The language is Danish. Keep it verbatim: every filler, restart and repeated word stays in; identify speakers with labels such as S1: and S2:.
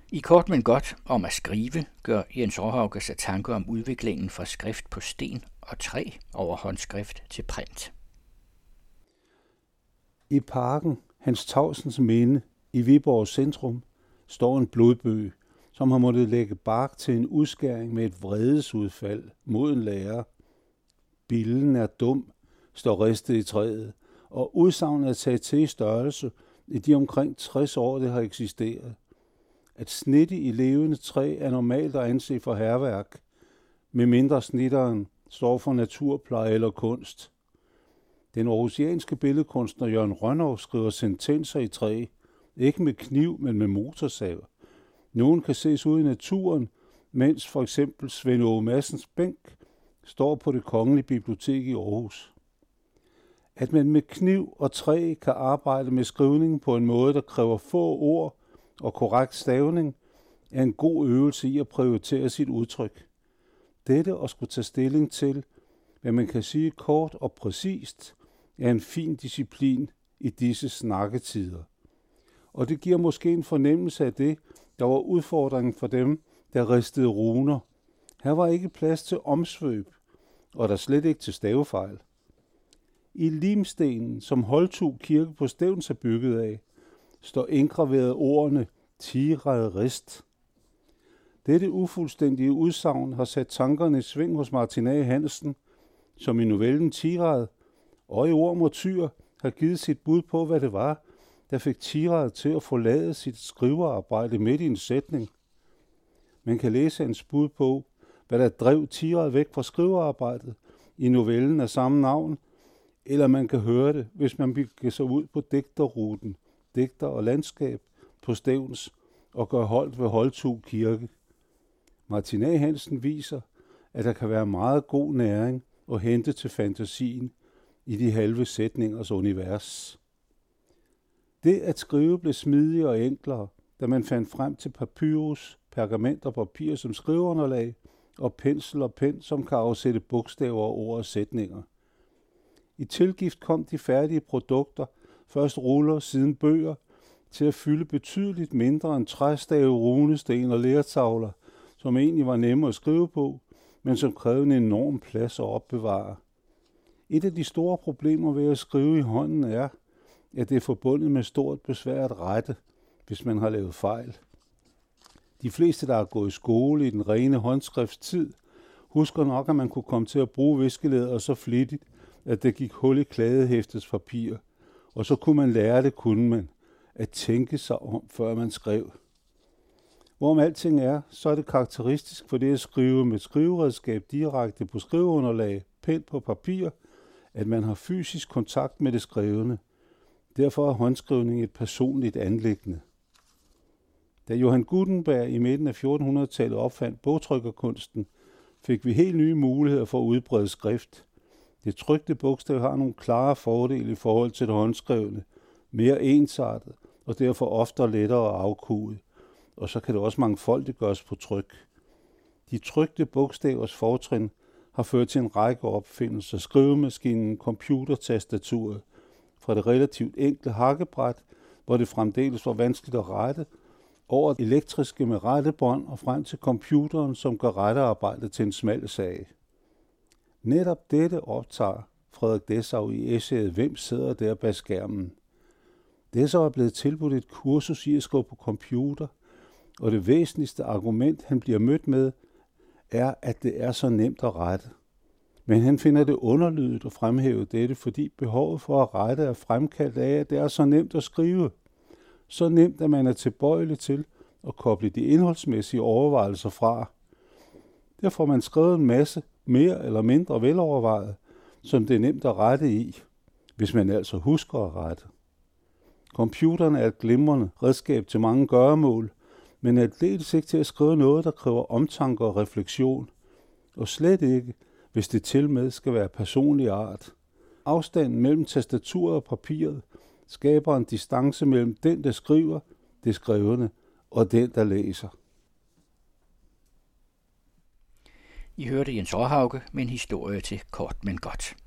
S1: I Kort men godt om at skrive gør Jens Råhauke sig tanker om udviklingen fra skrift på sten og træ over håndskrift til print.
S2: I parken Hans Tausens Minde i Viborg centrum står en blodbøg, som har måttet lægge bark til en udskæring med et vredesudfald mod en lærer. Billen er dum, står ristet i træet, og udsagnet er taget til i størrelse i de omkring tres år, det har eksisteret. At snitte i levende træ er normalt at anse for hærværk, medmindre snitteren står for naturpleje eller kunst. Den aarhusianske billedkunstner Jørgen Rønnow skriver sentenser i træ, ikke med kniv, men med motorsav. Nogle kan ses ude i naturen, mens for eksempel Svend Åge Madsens bænk står på Det Kongelige Bibliotek i Aarhus. At man med kniv og træ kan arbejde med skrivning på en måde, der kræver få ord og korrekt stavning, er en god øvelse i at prioritere sit udtryk. Dette at skulle tage stilling til, hvad man kan sige kort og præcist, er en fin disciplin i disse snakketider. Og det giver måske en fornemmelse af det, der var udfordringen for dem, der ristede runer. Her var ikke plads til omsvøb, og der slet ikke til stavefejl. I limstenen, som Holtug Kirke på Stevns er bygget af, står indgraveret ordene Tirad Rist. Dette ufuldstændige udsagn har sat tankerne i sving hos Martin A. Hansen, som i novellen Tirad og i Orm og Tyr har givet sit bud på, hvad det var, der fik Tirad til at forlade sit skrivearbejde midt i en sætning. Man kan læse hans bud på, hvad der drev Tirad væk fra skrivearbejdet i novellen af samme navn, eller man kan høre det, hvis man begiver sig ud på digterruten, digter og landskab på Stevns og gør holdt ved Holtug Kirke. Martin A. Hansen viser, at der kan være meget god næring at hente til fantasien i de halve sætningers univers. Det at skrive blev smidigere og enklere, da man fandt frem til papyrus, pergament og papir som skriveunderlag, og pensel og pen, som kan afsætte bogstaver, ord og sætninger. I tilgift kom de færdige produkter, først ruller, siden bøger, til at fylde betydeligt mindre end træstave, runesten og lertavler, som egentlig var nemme at skrive på, men som krævede en enorm plads at opbevare. Et af de store problemer ved at skrive i hånden er, at det er forbundet med stort besvær at rette, hvis man har lavet fejl. De fleste, der har gået i skole i den rene håndskriftstid, husker nok, at man kunne komme til at bruge viskelæder så flittigt, at det gik hul i kladehæftets papir, og så kunne man lære det, kunne man, at tænke sig om, før man skrev. Hvorom alting er, så er det karakteristisk for det at skrive med skriveredskab direkte på skriveunderlag, pen på papir, at man har fysisk kontakt med det skrevne. Derfor er håndskrivning et personligt anliggende. Da Johann Gutenberg i midten af fjortenhundredetallet opfandt bogtrykkerkunsten, fik vi helt nye muligheder for at udbrede skrift. Det trykte bogstav har nogle klare fordele i forhold til det håndskrevne, mere ensartet og derfor oftere lettere at afkode, og så kan det også mangfoldiggøres på tryk. De trykte bogstavers fortrin har ført til en række opfindelser, skrivemaskinen, computertastaturet, fra det relativt enkle hakkebræt, hvor det fremdeles var vanskeligt at rette, over det elektriske med rettebånd og frem til computeren, som gør rettearbejdet til en smal sag. Netop dette optager Frederik Dessau i essayet Hvem sidder der bag skærmen? Dessau er blevet tilbudt et kursus i at skrive på computer, og det væsentligste argument, han bliver mødt med, er, at det er så nemt at rette. Men han finder det underlydigt at fremhæve dette, fordi behovet for at rette er fremkaldt af, at det er så nemt at skrive. Så nemt, at man er tilbøjelig til at koble de indholdsmæssige overvejelser fra. Derfor får man skrevet en masse mere eller mindre velovervejet, som det er nemt at rette i, hvis man altså husker at rette. Computeren er et glimrende redskab til mange gøremål, men er atletisk ikke til at skrive noget, der kræver omtanke og refleksion, og slet ikke, hvis det tilmed skal være personlig art. Afstanden mellem tastaturet og papiret skaber en distance mellem den, der skriver, det skrevne, og den, der læser.
S1: I hørte Jens Råhauke med en historie til Kort men godt.